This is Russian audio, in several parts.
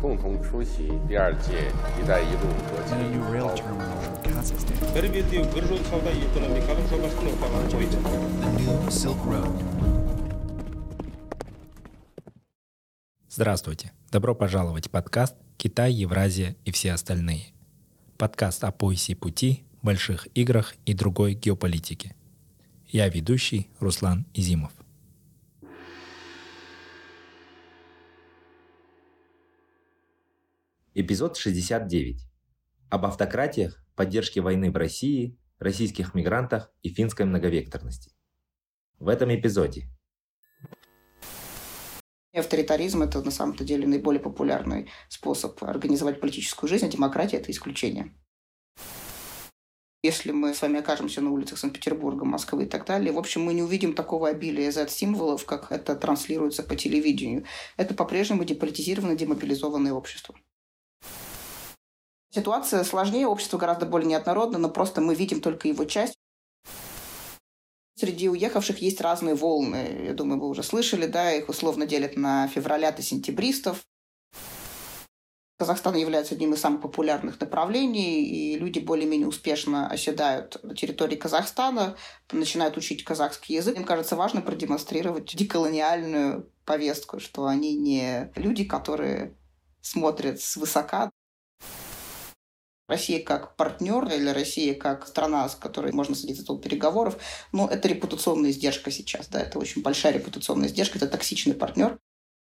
共同出席第二届“一带一路”国际 rail terminal in Kazakhstan. The new Silk Road. Здравствуйте! Добро пожаловать в подкаст «Китай, Евразия и все остальные». Подкаст о поясе пути, больших играх и другой геополитике. Я ведущий Руслан Изимов. Эпизод 69. Об автократиях, поддержке войны в России, российских мигрантах и финской многовекторности. В этом эпизоде. Авторитаризм – это на самом-то деле наиболее популярный способ организовать политическую жизнь, а демократия – это исключение. Если мы с вами окажемся на улицах Санкт-Петербурга, Москвы и так далее, в общем, мы не увидим такого обилия Z-символов, как это транслируется по телевидению. Это по-прежнему деполитизированное, демобилизованное общество. Ситуация сложнее, общество гораздо более неоднородно, но просто мы видим только его часть. Среди уехавших есть разные волны. Я думаю, вы уже слышали, да, их условно делят на февралят и сентябристов. Казахстан является одним из самых популярных направлений, и люди более-менее успешно оседают на территории Казахстана, начинают учить казахский язык. Им кажется важно продемонстрировать деколониальную повестку, что они не люди, которые смотрят свысока. Россия как партнер или Россия как страна, с которой можно садиться за стол переговоров, но это репутационная издержка сейчас. Да, это очень большая репутационная издержка, это токсичный партнер.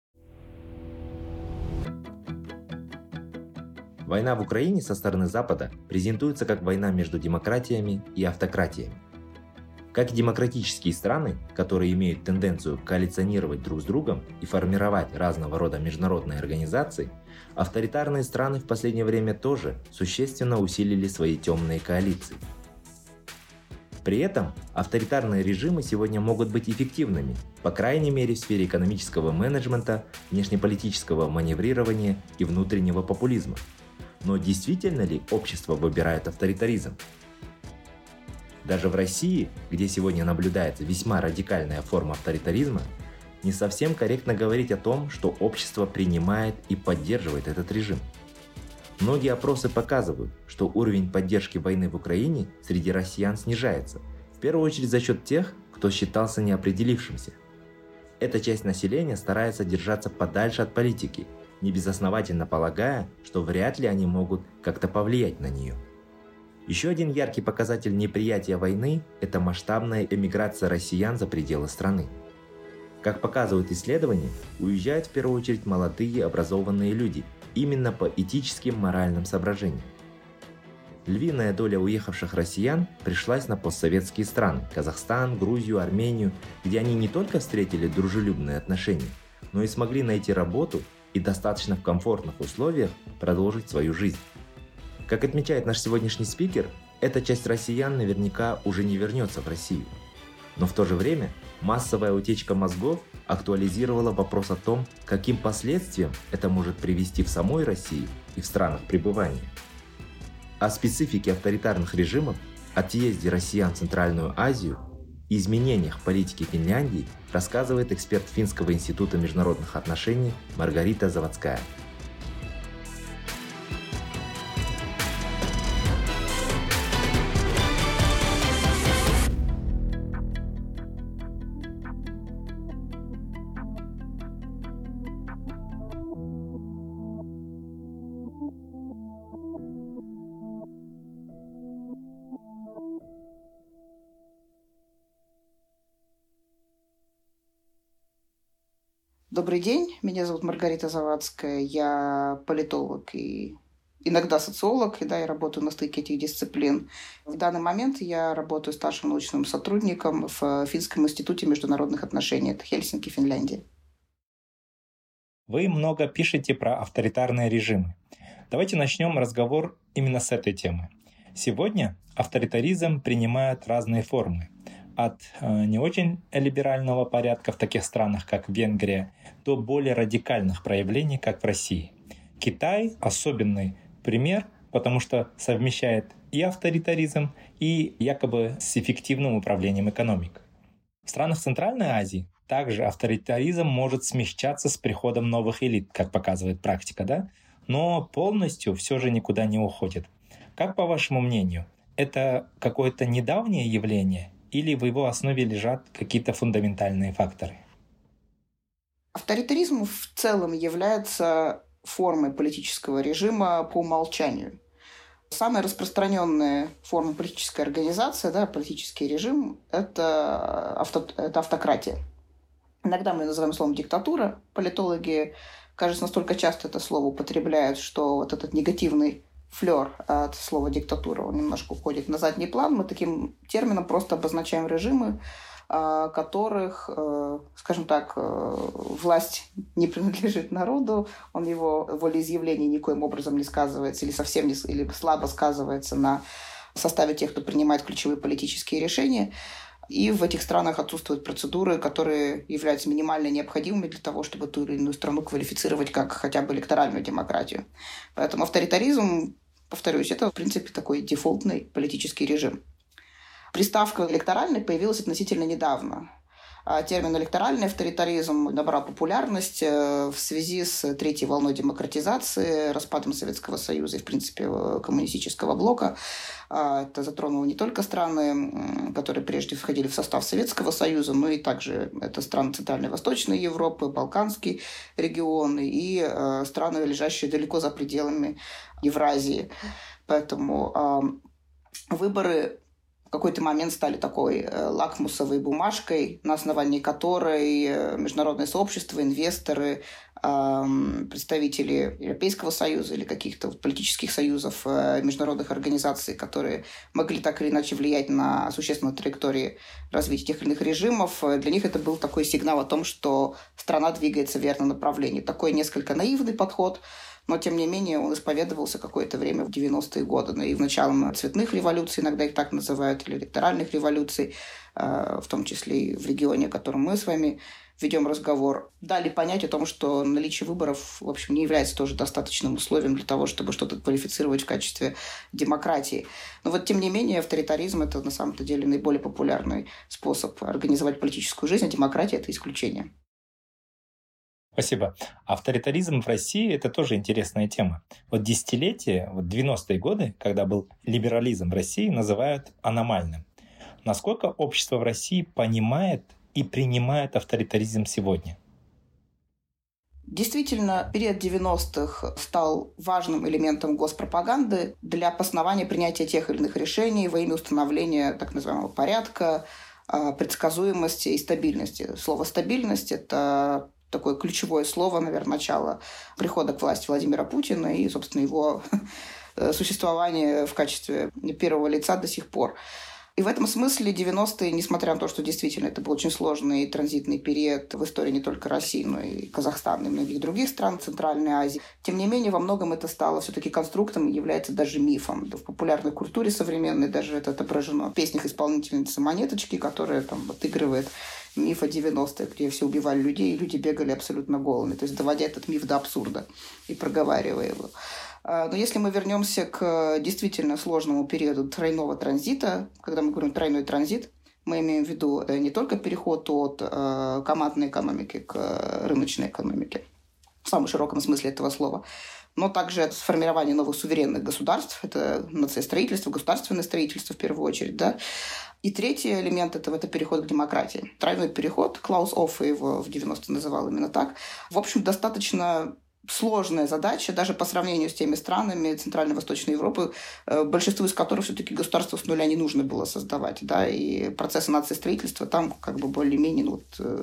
Война в Украине со стороны Запада презентуется как война между демократиями и автократиями. Как и демократические страны, которые имеют тенденцию коалиционировать друг с другом и формировать разного рода международные организации, авторитарные страны в последнее время тоже существенно усилили свои темные коалиции. При этом авторитарные режимы сегодня могут быть эффективными, по крайней мере в сфере экономического менеджмента, внешнеполитического маневрирования и внутреннего популизма. Но действительно ли общество выбирает авторитаризм? Даже в России, где сегодня наблюдается весьма радикальная форма авторитаризма, не совсем корректно говорить о том, что общество принимает и поддерживает этот режим. Многие опросы показывают, что уровень поддержки войны в Украине среди россиян снижается, в первую очередь за счет тех, кто считался неопределившимся. Эта часть населения старается держаться подальше от политики, небезосновательно полагая, что вряд ли они могут как-то повлиять на нее. Еще один яркий показатель неприятия войны – это масштабная эмиграция россиян за пределы страны. Как показывают исследования, уезжают в первую очередь молодые образованные люди, именно по этическим моральным соображениям. Львиная доля уехавших россиян пришлась на постсоветские страны – Казахстан, Грузию, Армению, где они не только встретили дружелюбные отношения, но и смогли найти работу и достаточно в комфортных условиях продолжить свою жизнь. Как отмечает наш сегодняшний спикер, эта часть россиян наверняка уже не вернется в Россию. Но в то же время массовая утечка мозгов актуализировала вопрос о том, каким последствиям это может привести в самой России и в странах пребывания. О специфике авторитарных режимов, отъезде россиян в Центральную Азию и изменениях политики Финляндии рассказывает эксперт Финского института международных отношений Маргарита Завадская. Добрый день, меня зовут Маргарита Завадская, я политолог и иногда социолог, и я работаю на стыке этих дисциплин. В данный момент я работаю старшим научным сотрудником в Финском институте международных отношений, это Хельсинки, Финляндия. Вы много пишете про авторитарные режимы. Давайте начнем разговор именно с этой темы. Сегодня авторитаризм принимает разные формы. От не очень либерального порядка в таких странах, как Венгрия, до более радикальных проявлений, как в России. Китай — особенный пример, потому что совмещает и авторитаризм, и якобы с эффективным управлением экономикой. В странах Центральной Азии также авторитаризм может смягчаться с приходом новых элит, как показывает практика, да? но полностью все же никуда не уходит. Как по вашему мнению, это какое-то недавнее явление или в его основе лежат какие-то фундаментальные факторы? Авторитаризм в целом является формой политического режима по умолчанию. Самая распространенная форма политической организации, да, политический режим – это автократия. Иногда мы называем словом «диктатура». Политологи, кажется, настолько часто это слово употребляют, что вот этот негативный флёр от слова «диктатура» он немножко уходит на задний план. Мы таким термином просто обозначаем режимы, которых, скажем так, власть не принадлежит народу, он его волеизъявление никоим образом не сказывается или совсем не, или слабо сказывается на составе тех, кто принимает ключевые политические решения. И в этих странах отсутствуют процедуры, которые являются минимально необходимыми для того, чтобы ту или иную страну квалифицировать как хотя бы электоральную демократию. Поэтому авторитаризм, повторюсь, это, в принципе, такой дефолтный политический режим. Приставка «электоральный» появилась относительно недавно. Термин «электоральный авторитаризм» набрал популярность в связи с третьей волной демократизации, распадом Советского Союза и, в принципе, коммунистического блока. Это затронуло не только страны, которые прежде входили в состав Советского Союза, но и также это страны Центральной и Восточной Европы, Балканский регион и страны, лежащие далеко за пределами Евразии. Поэтому выборы в какой-то момент стали такой лакмусовой бумажкой, на основании которой международное сообщество, инвесторы, представители Европейского Союза или каких-то политических союзов, международных организаций, которые могли так или иначе влиять на существенную траекторию развития тех или иных режимов, для них это был такой сигнал о том, что страна двигается в верном направлении. Такой несколько наивный подход, но, тем не менее, он исповедовался какое-то время в 90-е годы. И в начале цветных революций, иногда их так называют, или электоральных революций, в том числе и в регионе, о котором мы с вами ведем разговор, дали понять о том, что наличие выборов, в общем, не является тоже достаточным условием для того, чтобы что-то квалифицировать в качестве демократии. Но вот, тем не менее, авторитаризм – это на самом-то деле наиболее популярный способ организовать политическую жизнь, а демократия – это исключение. Спасибо. Авторитаризм в России — это тоже интересная тема. Вот десятилетия, 90-е годы, когда был либерализм в России, называют аномальным. Насколько общество в России понимает и принимает авторитаризм сегодня? Действительно, период 90-х стал важным элементом госпропаганды для обоснования принятия тех или иных решений во имя установления так называемого порядка, предсказуемости и стабильности. Слово «стабильность» — это такое ключевое слово, наверное, начало прихода к власти Владимира Путина и, собственно, его существование в качестве первого лица до сих пор. И в этом смысле 90-е, несмотря на то, что действительно это был очень сложный транзитный период в истории не только России, но и Казахстана и многих других стран Центральной Азии, тем не менее, во многом это стало все-таки конструктом и является даже мифом. В популярной культуре современной даже это отображено в песнях исполнительницы Монеточки, которая там отыгрывает миф о 90-х, где все убивали людей, и люди бегали абсолютно голыми. То есть доводя этот миф до абсурда и проговаривая его. Но если мы вернемся к действительно сложному периоду тройного транзита, когда мы говорим тройной транзит, мы имеем в виду не только переход от командной экономики к рыночной экономике, в самом широком смысле этого слова, но также сформирование новых суверенных государств, это нациостроительство, государственное строительство в первую очередь, да. И третий элемент этого – это переход к демократии. Тройной переход, Клаус Оффе его в 90-е называл именно так, в общем, достаточно сложная задача, даже по сравнению с теми странами Центральной и Восточной Европы, большинству из которых все-таки государство с нуля не нужно было создавать, да, и процессы нациостроительства там как бы более-менее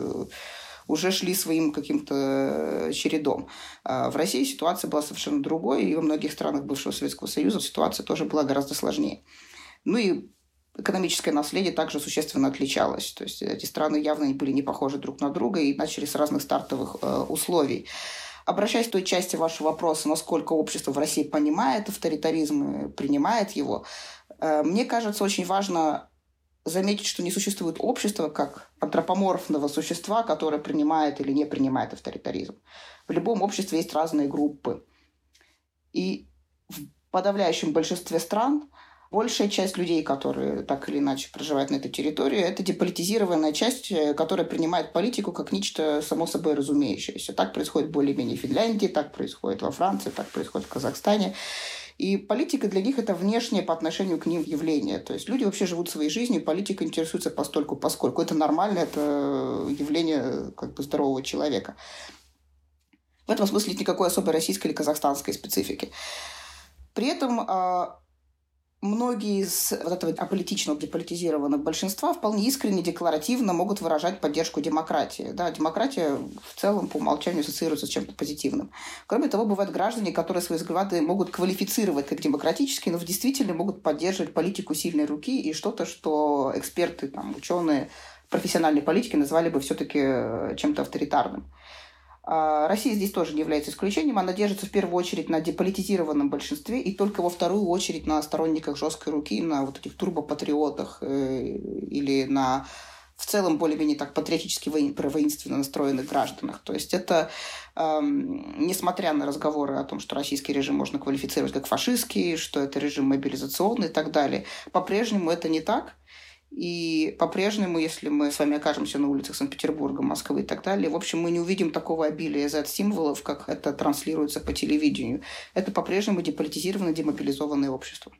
уже шли своим каким-то чередом. В России ситуация была совершенно другой, и во многих странах бывшего Советского Союза ситуация тоже была гораздо сложнее. Ну и экономическое наследие также существенно отличалось. То есть эти страны явно были не похожи друг на друга и начали с разных стартовых условий. Обращаясь к той части вашего вопроса, насколько общество в России понимает авторитаризм и принимает его, мне кажется, очень важно заметить, что не существует общества как антропоморфного существа, которое принимает или не принимает авторитаризм. В любом обществе есть разные группы. И в подавляющем большинстве стран Большая часть людей, которые так или иначе проживают на этой территории, это деполитизированная часть, которая принимает политику как нечто само собой разумеющееся. Так происходит более-менее в Финляндии, так происходит во Франции, так происходит в Казахстане. И политика для них – это внешнее по отношению к ним явление. То есть люди вообще живут своей жизнью, политика интересуется постольку, поскольку. Это нормально, это явление как бы здорового человека. В этом смысле нет никакой особой российской или казахстанской специфики. При этом многие из вот этого аполитичного, деполитизированного большинства вполне искренне, декларативно могут выражать поддержку демократии. Да, демократия в целом по умолчанию ассоциируется с чем-то позитивным. Кроме того, бывают граждане, которые свои взгляды могут квалифицировать как демократические, но в действительности могут поддерживать политику сильной руки и что-то, что эксперты, там, ученые, профессиональные политики назвали бы все-таки чем-то авторитарным. Россия здесь тоже не является исключением. Она держится в первую очередь на деполитизированном большинстве и только во вторую очередь на сторонниках жесткой руки, на вот этих турбопатриотах или на в целом более-менее так патриотически воинственно настроенных гражданах. То есть это, несмотря на разговоры о том, что российский режим можно квалифицировать как фашистский, что это режим мобилизационный и так далее, по-прежнему это не так. И по-прежнему, если мы с вами окажемся на улицах Санкт-Петербурга, Москвы и так далее, в общем, мы не увидим такого обилия Z-символов, как это транслируется по телевидению. Это по-прежнему деполитизированное, демобилизованное общество.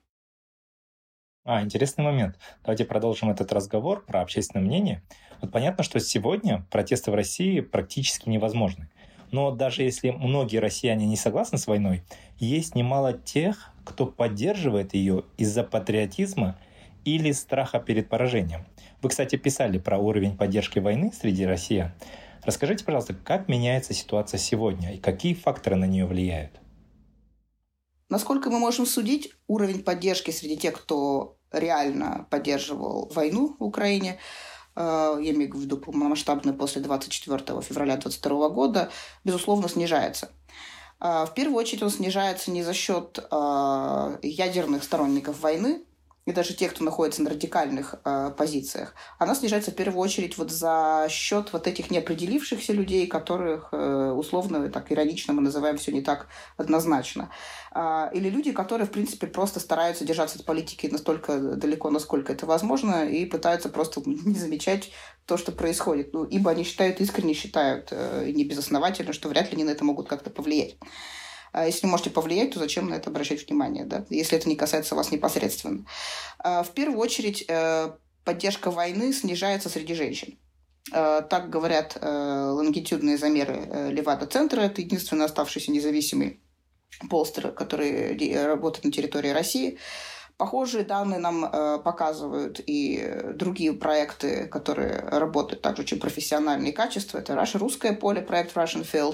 Интересный момент. Давайте продолжим этот разговор про общественное мнение. Вот понятно, что сегодня протесты в России практически невозможны. Но даже если многие россияне не согласны с войной, есть немало тех, кто поддерживает ее из-за патриотизма или страха перед поражением. Вы, кстати, писали про уровень поддержки войны среди россиян. Расскажите, пожалуйста, как меняется ситуация сегодня и какие факторы на нее влияют? Насколько мы можем судить, уровень поддержки среди тех, кто реально поддерживал войну в Украине, я имею в виду полномасштабную после 24 февраля 2022 года, безусловно, снижается. В первую очередь он снижается не за счет ядерных сторонников войны, и даже тех, кто находится на радикальных позициях, она снижается в первую очередь вот за счет вот этих неопределившихся людей, которых условно, так иронично мы называем все не так однозначно. Или люди, которые, в принципе, просто стараются держаться от политики настолько далеко, насколько это возможно, и пытаются просто не замечать то, что происходит. Ну, ибо они искренне считают, не безосновательно, что вряд ли они на это могут как-то повлиять. Если не можете повлиять, то зачем на это обращать внимание, да? Если это не касается вас непосредственно. В первую очередь, поддержка войны снижается среди женщин. Так говорят лонгитюдные замеры Левада-центра. Это единственный оставшийся независимый полстер, который работает на территории России. Похожие данные нам показывают и другие проекты, которые работают также очень профессионально и качественно. Это русское поле, проект Russian Field.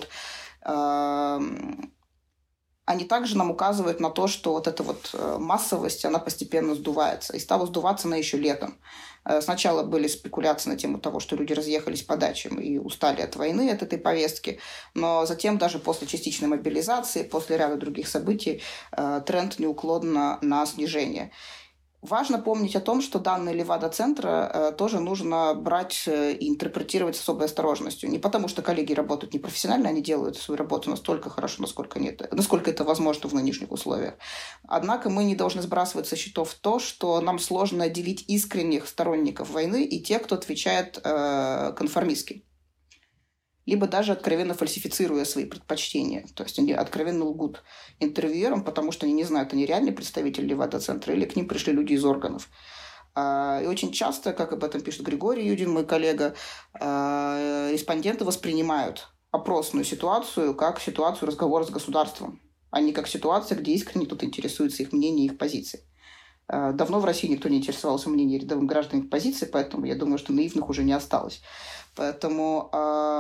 Они также нам указывают на то, что вот эта вот массовость, она постепенно сдувается. И стала сдуваться она еще летом. Сначала были спекуляции на тему того, что люди разъехались по дачам и устали от войны, от этой повестки. Но затем даже после частичной мобилизации, после ряда других событий, тренд неуклонно на снижение. Важно помнить о том, что данные Левада-центра тоже нужно брать и интерпретировать с особой осторожностью. Не потому, что коллеги работают непрофессионально, они делают свою работу настолько хорошо, насколько это возможно в нынешних условиях. Однако мы не должны сбрасывать со счетов то, что нам сложно отделить искренних сторонников войны и тех, кто отвечает конформистски. Либо даже откровенно фальсифицируя свои предпочтения. То есть они откровенно лгут интервьюерам, потому что они не знают, они реальные представители Левада-центра или к ним пришли люди из органов. И очень часто, как об этом пишет Григорий Юдин, мой коллега, респонденты воспринимают опросную ситуацию как ситуацию разговора с государством, а не как ситуация, где искренне кто-то интересуется их мнением и их позицией. Давно в России никто не интересовался мнением рядовых граждан их позиций, поэтому я думаю, что наивных уже не осталось. Поэтому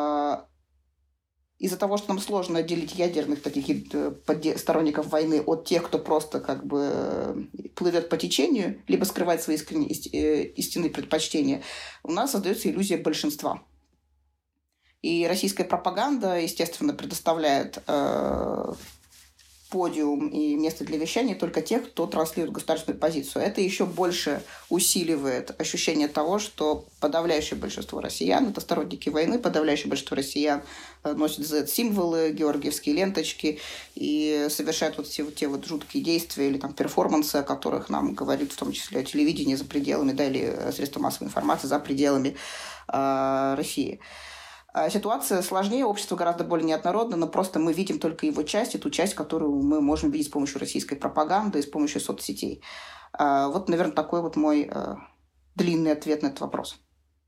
из-за того, что нам сложно отделить ядерных таких сторонников войны от тех, кто просто как бы плывет по течению, либо скрывает свои истинные предпочтения, у нас создается иллюзия большинства. И российская пропаганда, естественно, предоставляет подиум и место для вещания только тех, кто транслирует государственную позицию. Это еще больше усиливает ощущение того, что подавляющее большинство россиян, это сторонники войны, подавляющее большинство россиян носят Z-символы, георгиевские ленточки и совершают вот все вот те вот жуткие действия или там перформансы, о которых нам говорит в том числе телевидение за пределами, да, или средства массовой информации за пределами России. Ситуация сложнее, общество гораздо более неоднородно, но просто мы видим только его часть, и ту часть, которую мы можем видеть с помощью российской пропаганды и с помощью соцсетей. Вот, наверное, такой вот мой длинный ответ на этот вопрос.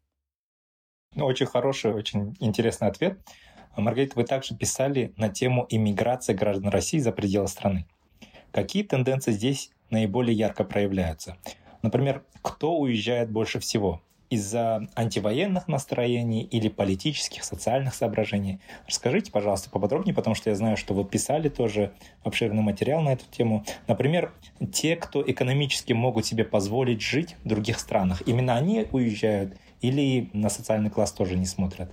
Очень хороший, очень интересный ответ. Маргарита, вы также писали на тему иммиграции граждан России за пределы страны. Какие тенденции здесь наиболее ярко проявляются? Например, кто уезжает больше всего? Из-за антивоенных настроений или политических, социальных соображений? Расскажите, пожалуйста, поподробнее, потому что я знаю, что вы писали тоже обширный материал на эту тему. Например, те, кто экономически могут себе позволить жить в других странах, именно они уезжают или на социальный класс тоже не смотрят?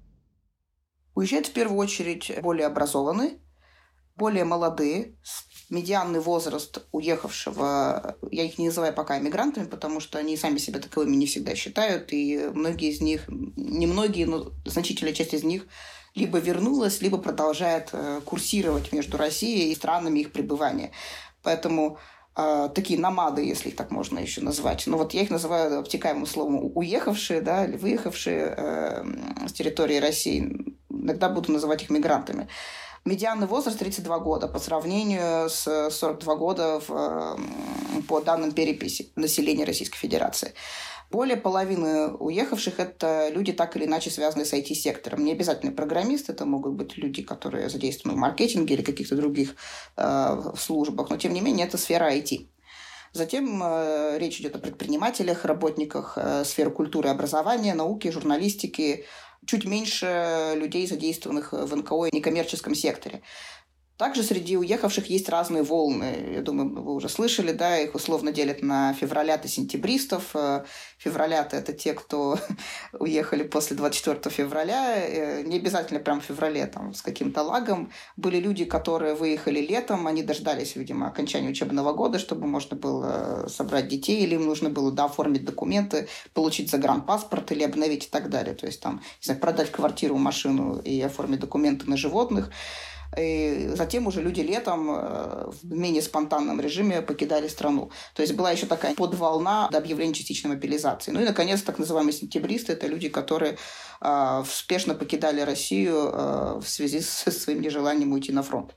Уезжают в первую очередь более образованные, более молодые. Медианный возраст уехавшего, я их не называю пока эмигрантами, потому что они сами себя таковыми не всегда считают, и многие из них, немногие, но значительная часть из них либо вернулась, либо продолжает курсировать между Россией и странами их пребывания. Поэтому такие номады, если их так можно еще назвать. Но вот я их называю обтекаемым словом уехавшие, да, или выехавшие с территории России. Иногда буду называть их мигрантами. Медианный возраст 32 года по сравнению с 42 года по данным переписи населения Российской Федерации. Более половины уехавших – это люди, так или иначе связанные с IT-сектором. Не обязательно программисты, это могут быть люди, которые задействованы в маркетинге или каких-то других службах, но тем не менее это сфера IT. Затем речь идет о предпринимателях, работниках сферы культуры и образования, науки, журналистики. Чуть меньше людей, задействованных в НКО и некоммерческом секторе. Также среди уехавших есть разные волны. Я думаю, вы уже слышали, да, их условно делят на февралят и сентябристов. Февраляты – это те, кто уехали после 24 февраля. Не обязательно прям в феврале, там, с каким-то лагом. Были люди, которые выехали летом, они дождались, видимо, окончания учебного года, чтобы можно было собрать детей, или им нужно было, да, оформить документы, получить загранпаспорт или обновить и так далее. То есть, там, не знаю, продать квартиру, машину и оформить документы на животных. И затем уже люди летом в менее спонтанном режиме покидали страну. То есть была еще такая подволна до объявления частичной мобилизации. Ну и, наконец, так называемые сентябристы – это люди, которые спешно покидали Россию в связи с своим нежеланием уйти на фронт.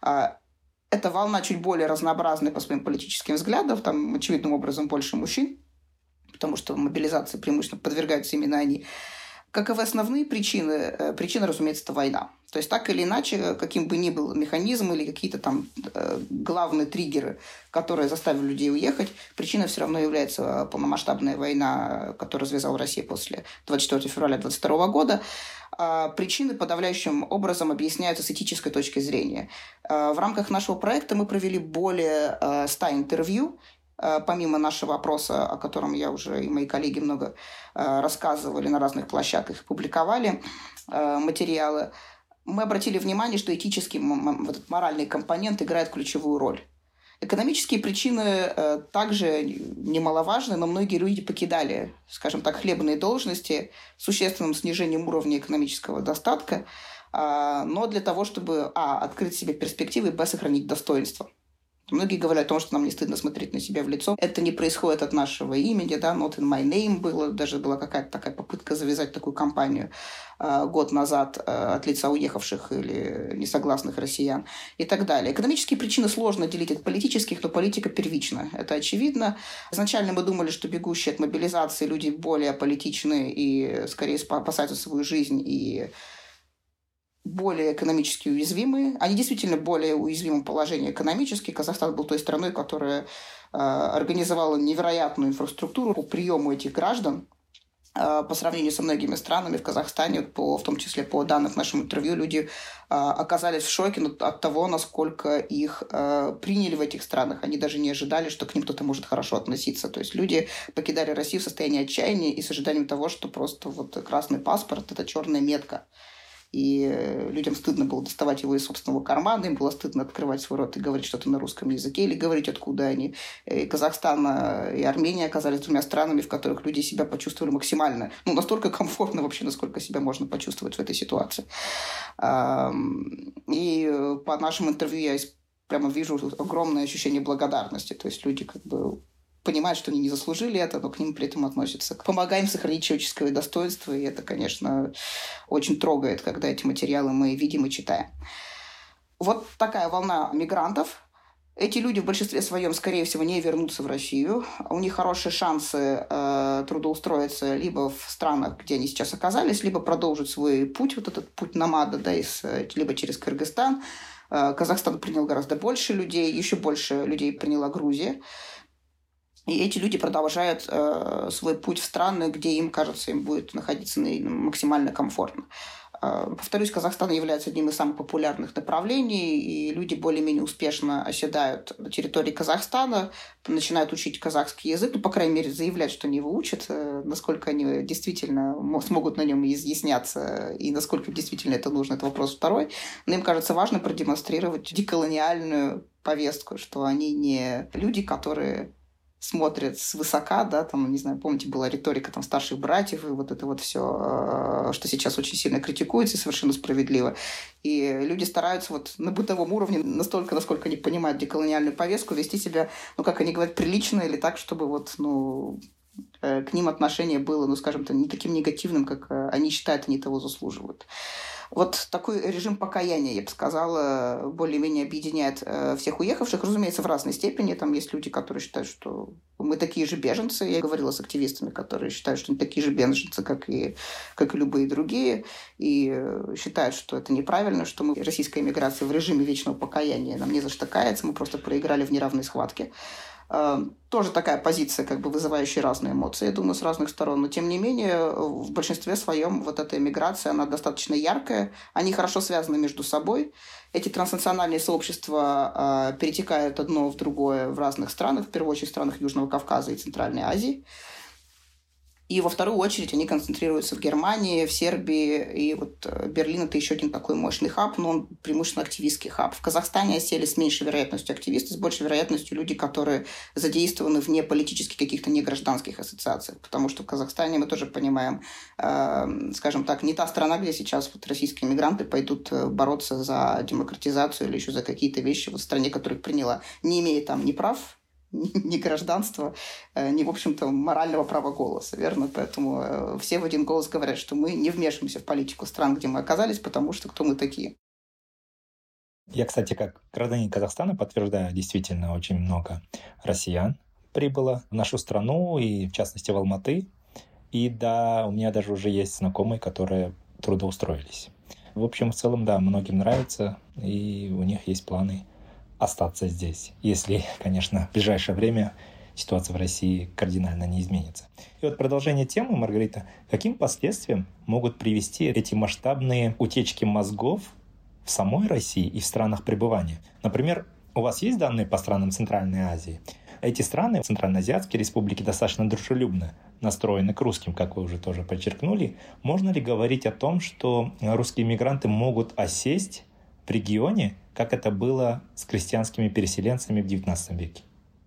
Эта волна чуть более разнообразная по своим политическим взглядам. Там, очевидным образом, больше мужчин, потому что мобилизации преимущественно подвергаются именно они. Каковы основные причины? Причина, разумеется, это война. То есть так или иначе, каким бы ни был механизм или какие-то там главные триггеры, которые заставили людей уехать, причиной все равно является полномасштабная война, которую развязала Россия после 24 февраля 2022 года. Причины подавляющим образом объясняются с этической точки зрения. В рамках нашего проекта мы провели более 100 интервью. Помимо нашего опроса, о котором я уже и мои коллеги много рассказывали на разных площадках, публиковали материалы, мы обратили внимание, что этический, вот этот моральный компонент играет ключевую роль. Экономические причины также немаловажны, но многие люди покидали, скажем так, хлебные должности с существенным снижением уровня экономического достатка, но для того, чтобы открыть себе перспективы и сохранить достоинство. Многие говорят о том, что нам не стыдно смотреть на себя в лицо. Это не происходит от нашего имени, да, not in my name было. Даже была какая-то такая попытка завязать такую кампанию год назад от лица уехавших или несогласных россиян и так далее. Экономические причины сложно делить от политических, но политика первична. Это очевидно. Изначально мы думали, что бегущие от мобилизации люди более политичны и скорее опасаются свою жизнь и более экономически уязвимые. Они действительно более уязвимы в положении экономически. Казахстан был той страной, которая организовала невероятную инфраструктуру по приему этих граждан. По сравнению со многими странами в Казахстане, в том числе по данным в нашем интервью, люди оказались в шоке от того, насколько их приняли в этих странах. Они даже не ожидали, что к ним кто-то может хорошо относиться. То есть люди покидали Россию в состоянии отчаяния и с ожиданием того, что просто вот красный паспорт – это черная метка. и людям стыдно было доставать его из собственного кармана, им было стыдно открывать свой рот и говорить что-то на русском языке или говорить, откуда они. И Казахстан и Армения оказались двумя странами, в которых люди себя почувствовали максимально, настолько комфортно вообще, насколько себя можно почувствовать в этой ситуации. И по нашим интервью я прямо вижу огромное ощущение благодарности. То есть люди понимают, что они не заслужили это, но к ним при этом относятся. Помогаем сохранить человеческое достоинство, и это, конечно, очень трогает, когда эти материалы мы видим и читаем. Вот такая волна мигрантов. Эти люди в большинстве своем, скорее всего, не вернутся в Россию. У них хорошие шансы трудоустроиться либо в странах, где они сейчас оказались, либо продолжить свой путь, вот этот путь номада, либо через Кыргызстан. Казахстан принял гораздо больше людей, еще больше людей приняла Грузия. И эти люди продолжают свой путь в страны, где им кажется, им будет находиться максимально комфортно. Повторюсь, Казахстан является одним из самых популярных направлений, и люди более-менее успешно оседают на территории Казахстана, начинают учить казахский язык, по крайней мере, заявлять, что они его учат, насколько они действительно смогут на нем изъясняться, и насколько действительно это нужно, это вопрос второй. Но им кажется важно продемонстрировать деколониальную повестку, что они не люди, которые смотрят свысока, помните, была риторика старших братьев, и вот это вот все, что сейчас очень сильно критикуется, и совершенно справедливо. И люди стараются на бытовом уровне настолько, насколько они понимают деколониальную повестку, вести себя, как они говорят, прилично или так, чтобы к ним отношение было, скажем так, не таким негативным, как они считают, они того заслуживают. Вот такой режим покаяния, я бы сказала, более-менее объединяет всех уехавших. Разумеется, в разной степени. Там есть люди, которые считают, что мы такие же беженцы. Я говорила с активистами, которые считают, что они такие же беженцы, как и любые другие. И считают, что это неправильно, что мы, российская эмиграция, в режиме вечного покаяния. Нам не за что каяться, мы просто проиграли в неравной схватке. Тоже такая позиция, вызывающая разные эмоции, я думаю, с разных сторон. Но, тем не менее, в большинстве своем вот эта эмиграция, она достаточно яркая. Они хорошо связаны между собой. Эти транснациональные сообщества перетекают одно в другое в разных странах, в первую очередь в странах Южного Кавказа и Центральной Азии. И во вторую очередь они концентрируются в Германии, в Сербии. И Берлин – это еще один такой мощный хаб, но он преимущественно активистский хаб. В Казахстане осели с меньшей вероятностью активисты, с большей вероятностью люди, которые задействованы в неполитических каких-то негражданских ассоциациях. Потому что в Казахстане мы тоже понимаем, скажем так, не та страна, где сейчас российские мигранты пойдут бороться за демократизацию или еще за какие-то вещи в стране, которая их приняла, не имея там ни прав, ни гражданства, ни, в общем-то, морального права голоса, верно? Поэтому все в один голос говорят, что мы не вмешиваемся в политику стран, где мы оказались, потому что кто мы такие. Я, кстати, как гражданин Казахстана подтверждаю, действительно, очень много россиян прибыло в нашу страну, и в частности в Алматы. И да, у меня даже уже есть знакомые, которые трудоустроились. В общем, в целом, да, многим нравится, и у них есть планы остаться здесь, если, конечно, в ближайшее время ситуация в России кардинально не изменится. И продолжение темы, Маргарита, каким последствиям могут привести эти масштабные утечки мозгов в самой России и в странах пребывания? Например, у вас есть данные по странам Центральной Азии? Эти страны, центральноазиатские республики, достаточно дружелюбно настроены к русским, как вы уже тоже подчеркнули. Можно ли говорить о том, что русские мигранты могут осесть в регионе, как это было с крестьянскими переселенцами в XIX веке?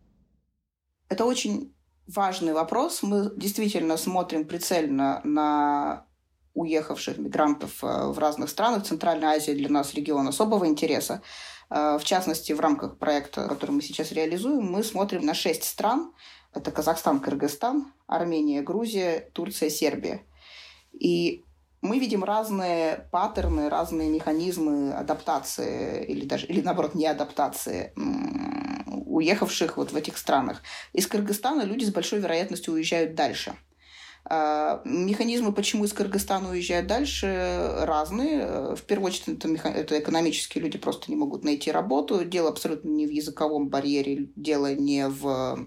Это очень важный вопрос. Мы действительно смотрим прицельно на уехавших мигрантов в разных странах. Центральная Азия для нас регион особого интереса. В частности, в рамках проекта, который мы сейчас реализуем, мы смотрим на 6 стран. Это Казахстан, Кыргызстан, Армения, Грузия, Турция, Сербия. И мы видим разные паттерны, разные механизмы адаптации или наоборот, не адаптации уехавших в этих странах. Из Кыргызстана люди с большой вероятностью уезжают дальше. Механизмы, почему из Кыргызстана уезжают дальше, разные. В первую очередь, это экономические люди просто не могут найти работу. Дело абсолютно не в языковом барьере, дело не в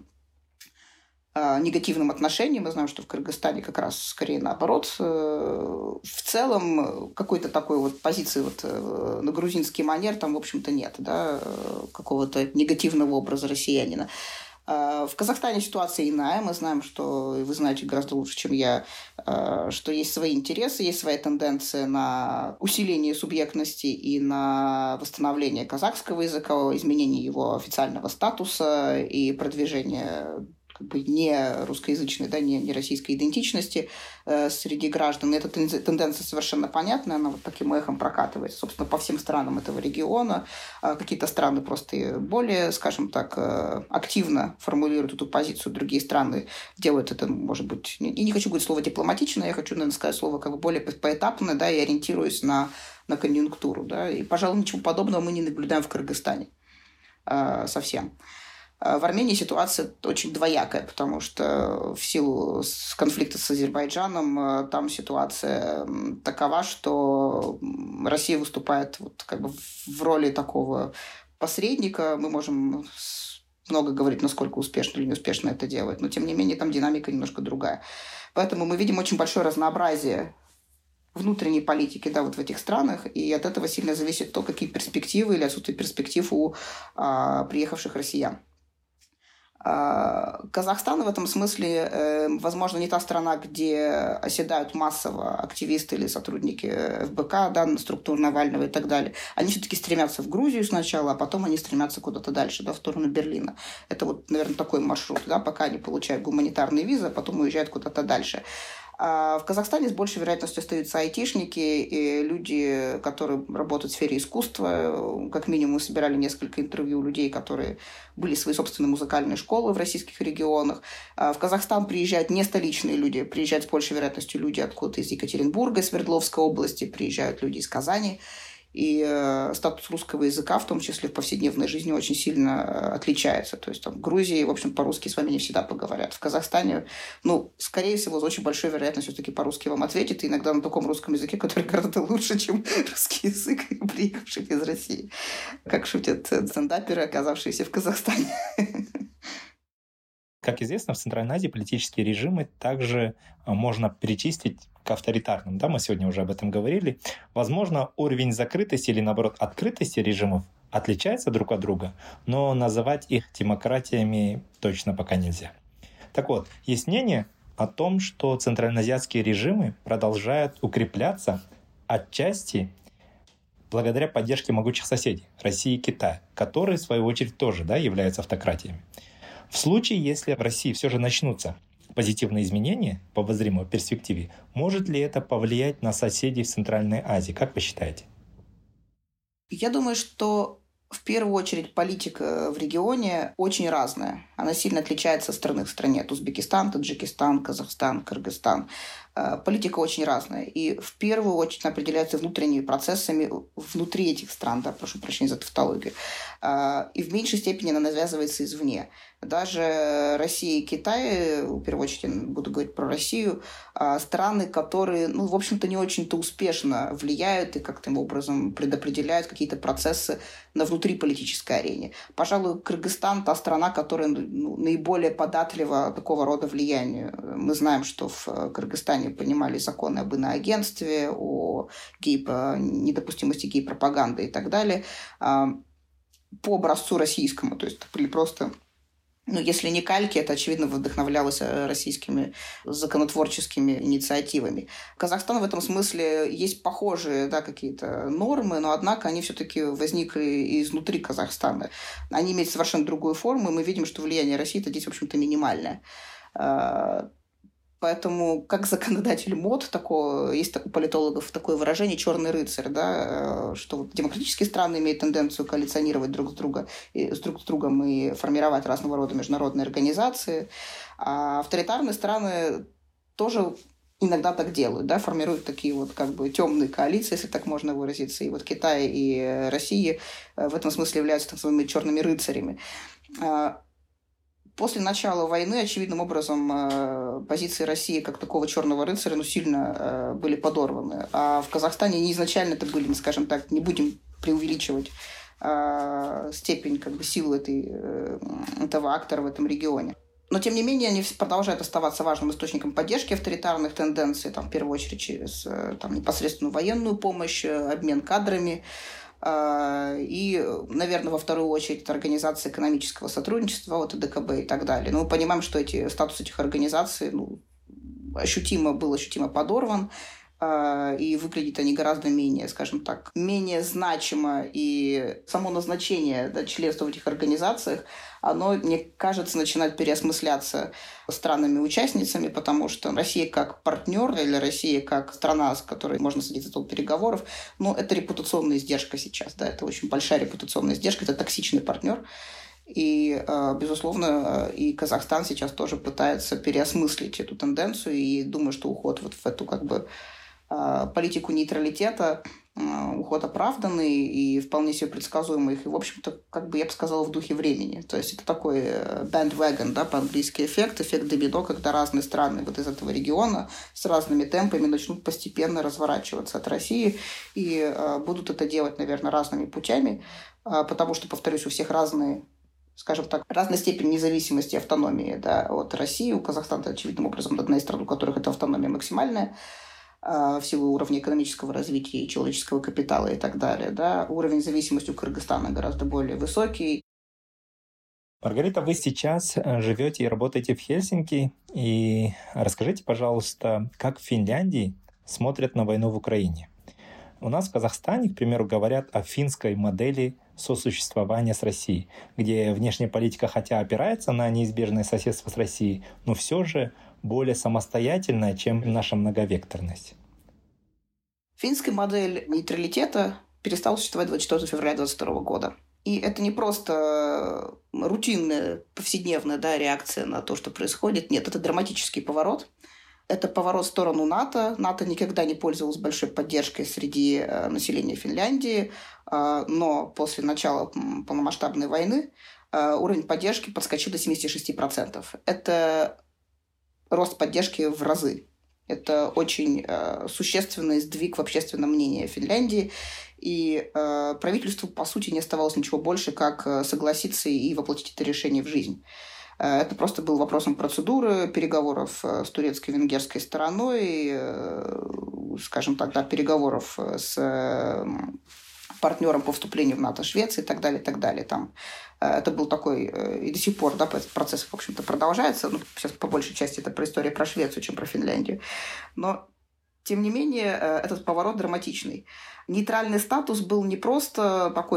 негативном отношении. Мы знаем, что в Кыргызстане как раз скорее наоборот. В целом какой-то такой позиции на грузинский манер там, в общем-то, нет, да, какого-то негативного образа россиянина. В Казахстане ситуация иная. Мы знаем, что, вы знаете гораздо лучше, чем я, что есть свои интересы, есть своя тенденция на усиление субъектности и на восстановление казахского языка, изменение его официального статуса и продвижение не русскоязычной, да, не российской идентичности среди граждан. И эта тенденция совершенно понятная, она вот таким эхом прокатывается, собственно, по всем странам этого региона. Какие-то страны просто более, скажем так, активно формулируют эту позицию, другие страны делают это, может быть, и не хочу говорить слово дипломатично, я хочу, наверное, сказать слово как бы более поэтапно, да, и ориентируюсь на конъюнктуру. Да, и, пожалуй, ничего подобного мы не наблюдаем в Кыргызстане совсем. В Армении ситуация очень двоякая, потому что в силу конфликта с Азербайджаном там ситуация такова, что Россия выступает вот как бы в роли такого посредника. Мы можем много говорить, насколько успешно или неуспешно это делает, но тем не менее там динамика немножко другая. Поэтому мы видим очень большое разнообразие внутренней политики, да, вот в этих странах, и от этого сильно зависит то, какие перспективы или отсутствие перспектив у приехавших россиян. Казахстан в этом смысле, возможно, не та страна, где оседают массово активисты или сотрудники ФБК, да, структур Навального и так далее. Они все-таки стремятся в Грузию сначала, а потом они стремятся куда-то дальше, да, в сторону Берлина. Это вот, наверное, такой маршрут, да, пока они получают гуманитарные визы, а потом уезжают куда-то дальше. А в Казахстане с большей вероятностью остаются айтишники и люди, которые работают в сфере искусства. Как минимум, мы собирали несколько интервью у людей, которые были свои собственные музыкальные школы в российских регионах. В Казахстан приезжают не столичные люди, приезжают с большей вероятностью люди откуда-то из Екатеринбурга, Свердловской области, приезжают люди из Казани. И статус русского языка, в том числе в повседневной жизни, очень сильно отличается. То есть там, в Грузии, в общем, по-русски с вами не всегда поговорят. В Казахстане, скорее всего, с очень большой вероятностью все-таки по-русски вам ответят. И иногда на таком русском языке, который гораздо лучше, чем русский язык приехавших из России. Как шутят стендаперы, оказавшиеся в Казахстане. Как известно, в Центральной Азии политические режимы также можно перечислить к авторитарным. Да, мы сегодня уже об этом говорили. Возможно, уровень закрытости или, наоборот, открытости режимов отличается друг от друга, но называть их демократиями точно пока нельзя. Так вот, есть мнение о том, что центральноазиатские режимы продолжают укрепляться отчасти благодаря поддержке могучих соседей – России и Китая, которые, в свою очередь, тоже, да, являются автократиями. В случае, если в России все же начнутся позитивные изменения по обозримой перспективе, может ли это повлиять на соседей в Центральной Азии? Как вы считаете? Я думаю, что в первую очередь политика в регионе очень разная. Она сильно отличается от страны к стране. От Узбекистан, Таджикистан, Казахстан, Кыргызстан. Политика очень разная. И в первую очередь определяется внутренними процессами внутри этих стран. Да, прошу прощения за тавтологию. И в меньшей степени она навязывается извне. Даже Россия и Китай, в первую очередь я буду говорить про Россию, страны, которые, в общем-то, не очень-то успешно влияют и как-то образом предопределяют какие-то процессы на внутриполитической арене. Пожалуй, Кыргызстан – та страна, которая наиболее податлива такого рода влиянию. Мы знаем, что в Кыргызстане принимали законы об иноагентстве, о недопустимости гей-пропаганды и так далее, по образцу российскому. То есть это были просто... если не кальки, это, очевидно, вдохновлялось российскими законотворческими инициативами. Казахстан в этом смысле есть похожие, да, какие-то нормы, но, однако, они все-таки возникли изнутри Казахстана. Они имеют совершенно другую форму, и мы видим, что влияние России здесь, в общем-то, минимальное. Поэтому, как законодатель МОД, есть у политологов такое выражение «черный рыцарь», да, что демократические страны имеют тенденцию коалиционировать друг с другом и формировать разного рода международные организации, а авторитарные страны тоже иногда так делают, да, формируют такие вот как бы темные коалиции, если так можно выразиться. И вот Китай и Россия в этом смысле являются так называемыми черными рыцарями. После начала войны, очевидным образом, позиции России как такого черного рыцаря сильно были подорваны. А в Казахстане они изначально это были, скажем так, не будем преувеличивать степень силы этого актора в этом регионе. Но, тем не менее, они продолжают оставаться важным источником поддержки авторитарных тенденций, в первую очередь через непосредственную военную помощь, обмен кадрами. И, наверное, во вторую очередь это Организация экономического сотрудничества, вот ДКБ и так далее. Но мы понимаем, что статус этих организаций был ощутимо подорван, и выглядят они гораздо менее, скажем так, менее значимо. И само назначение членства в этих организациях, оно, мне кажется, начинает переосмысляться странами-участницами, потому что Россия как партнер или Россия как страна, с которой можно садиться за стол переговоров, это репутационная издержка сейчас. Да, это очень большая репутационная издержка, это токсичный партнер. И, безусловно, и Казахстан сейчас тоже пытается переосмыслить эту тенденцию, и думаю, что уход вот в эту политику нейтралитета, уход оправданный и вполне себе предсказуемый, и, в общем-то, я бы сказала, в духе времени. То есть это такой bandwagon, да, по-английски эффект домино, когда разные страны вот из этого региона с разными темпами начнут постепенно разворачиваться от России и будут это делать, наверное, разными путями, потому что, повторюсь, у всех разные, скажем так, разная степень независимости и автономии, да, от России. У Казахстана, очевидным образом, одна из стран, у которых эта автономия максимальная, в силу уровня экономического развития и человеческого капитала и так далее. Да. Уровень зависимости у Кыргызстана гораздо более высокий. Маргарита, вы сейчас живете и работаете в Хельсинки. И расскажите, пожалуйста, как в Финляндии смотрят на войну в Украине? У нас в Казахстане, к примеру, говорят о финской модели сосуществования с Россией, где внешняя политика, хотя опирается на неизбежное соседство с Россией, но все же более самостоятельная, чем наша многовекторность. Финская модель нейтралитета перестала существовать 24 февраля 2022 года. И это не просто рутинная, повседневная реакция на то, что происходит. Нет, это драматический поворот. Это поворот в сторону НАТО. НАТО никогда не пользовалось большой поддержкой среди населения Финляндии, но после начала полномасштабной войны уровень поддержки подскочил до 76%. Это рост поддержки в разы. Это очень существенный сдвиг в общественном мнении Финляндии. И правительству, по сути, не оставалось ничего больше, как согласиться и воплотить это решение в жизнь. Это просто был вопросом процедуры, переговоров с турецко-венгерской стороной, скажем так, переговоров с партнером по вступлению в НАТО Швеции и так далее, и так далее. Там это был такой, и до сих пор, процесс, в общем-то, продолжается. Сейчас по большей части это про историю про Швецию, чем про Финляндию. Но, тем не менее, этот поворот драматичный. Нейтральный статус был не просто такой,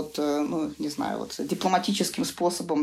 дипломатическим способом,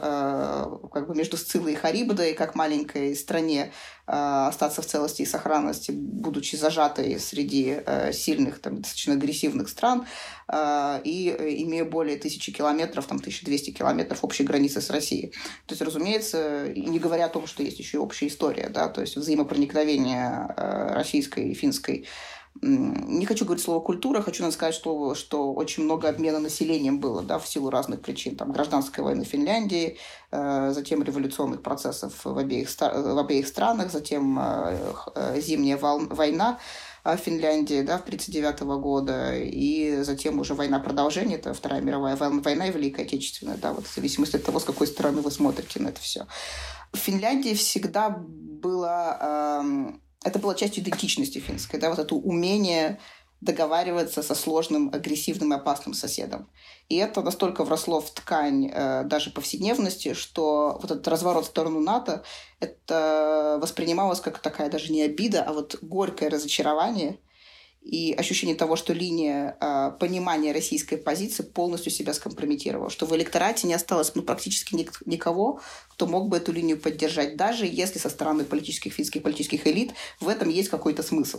между Сциллой и Харибдой, как маленькой стране остаться в целости и сохранности, будучи зажатой среди сильных, достаточно агрессивных стран, и имея более 1000 километров, 1200 километров общей границы с Россией. То есть, разумеется, и не говоря о том, что есть еще и общая история, да, то есть взаимопроникновение российской и финской. Не хочу говорить слово «культура», хочу сказать, что очень много обмена населением было, да, в силу разных причин. Гражданской войны в Финляндии, затем революционных процессов в обеих странах, затем зимняя война в Финляндии, да, в 1939 года, и затем уже война продолжения, это Вторая мировая война и Великая Отечественная, да, в зависимости от того, с какой стороны вы смотрите на это все. В Финляндии всегда было... Это была частью идентичности финской, да, это умение договариваться со сложным, агрессивным и опасным соседом. И это настолько вросло в ткань даже повседневности, что вот этот разворот в сторону НАТО, это воспринималось как такая даже не обида, а горькое разочарование и ощущение того, что линия понимания российской позиции полностью себя скомпрометировала, что в электорате не осталось практически никого, кто мог бы эту линию поддержать, даже если со стороны финских политических элит в этом есть какой-то смысл.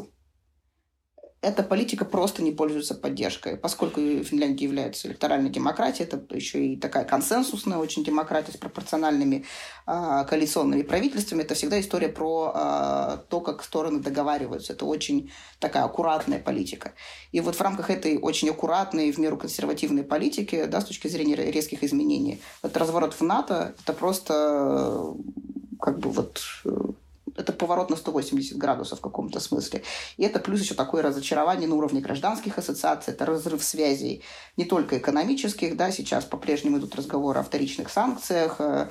Эта политика просто не пользуется поддержкой. Поскольку Финляндия является электоральной демократией, это еще и такая консенсусная очень демократия с пропорциональными коалиционными правительствами. Это всегда история про то, как стороны договариваются. Это очень такая аккуратная политика. И в рамках этой очень аккуратной, в меру консервативной политики, да, с точки зрения резких изменений, этот разворот в НАТО – это просто это поворот на 180 градусов в каком-то смысле. И это плюс еще такое разочарование на уровне гражданских ассоциаций, это разрыв связей не только экономических, да, сейчас по-прежнему идут разговоры о вторичных санкциях,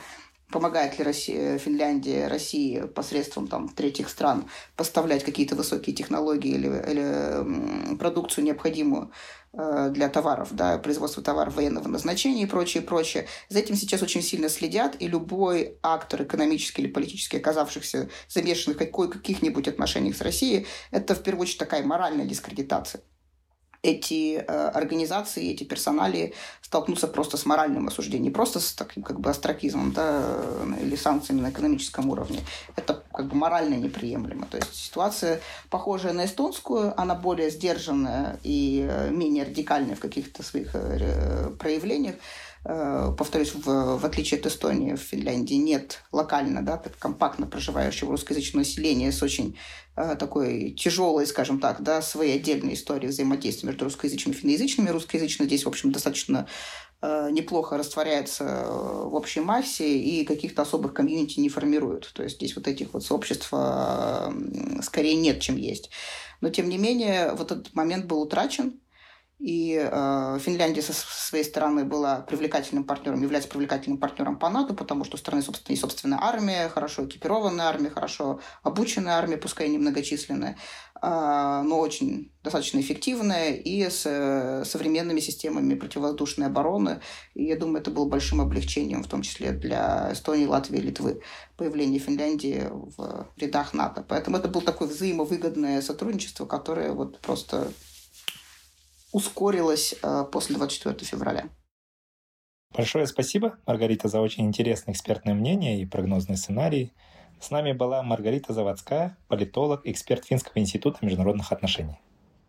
помогает ли Финляндия России посредством третьих стран поставлять какие-то высокие технологии или продукцию, необходимую для товаров, производства товаров военного назначения и прочее, прочее. За этим сейчас очень сильно следят, и любой актор экономический или политически оказавшихся замешанных в каких-нибудь отношениях с Россией, это в первую очередь такая моральная дискредитация. Эти организации, эти персоналии столкнутся просто с моральным осуждением, не просто с таким остракизмом, или санкциями на экономическом уровне. Это морально неприемлемо. То есть ситуация похожая на эстонскую, она более сдержанная и менее радикальная в каких-то своих проявлениях. Повторюсь, в отличие от Эстонии, в Финляндии нет локально, так компактно проживающего русскоязычного населения с очень такой тяжелой, скажем так, своей отдельной историей взаимодействия между русскоязычными и финноязычными. Русскоязычные здесь, в общем, достаточно неплохо растворяется в общей массе и каких-то особых комьюнити не формируют. То есть здесь этих сообществ скорее нет, чем есть. Но, тем не менее, этот момент был утрачен. И Финляндия со своей стороны была привлекательным партнером, является привлекательным партнером по НАТО, потому что у страны есть собственная армия, хорошо экипированная армия, хорошо обученная армия, пускай немногочисленная, но очень достаточно эффективная и с современными системами противовоздушной обороны. И я думаю, это было большим облегчением, в том числе для Эстонии, Латвии и Литвы, появление Финляндии в рядах НАТО. Поэтому это было такое взаимовыгодное сотрудничество, которое просто ускорилась после 24 февраля. Большое спасибо, Маргарита, за очень интересное экспертное мнение и прогнозный сценарий. С нами была Маргарита Завадская, политолог, эксперт Финского института международных отношений.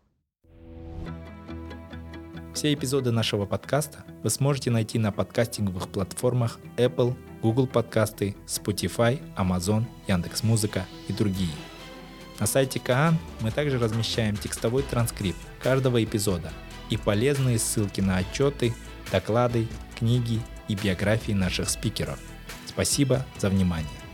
Все эпизоды нашего подкаста вы сможете найти на подкастинговых платформах Apple, Google подкасты, Spotify, Amazon, Яндекс.Музыка и другие. На сайте Каан мы также размещаем текстовой транскрипт каждого эпизода и полезные ссылки на отчеты, доклады, книги и биографии наших спикеров. Спасибо за внимание.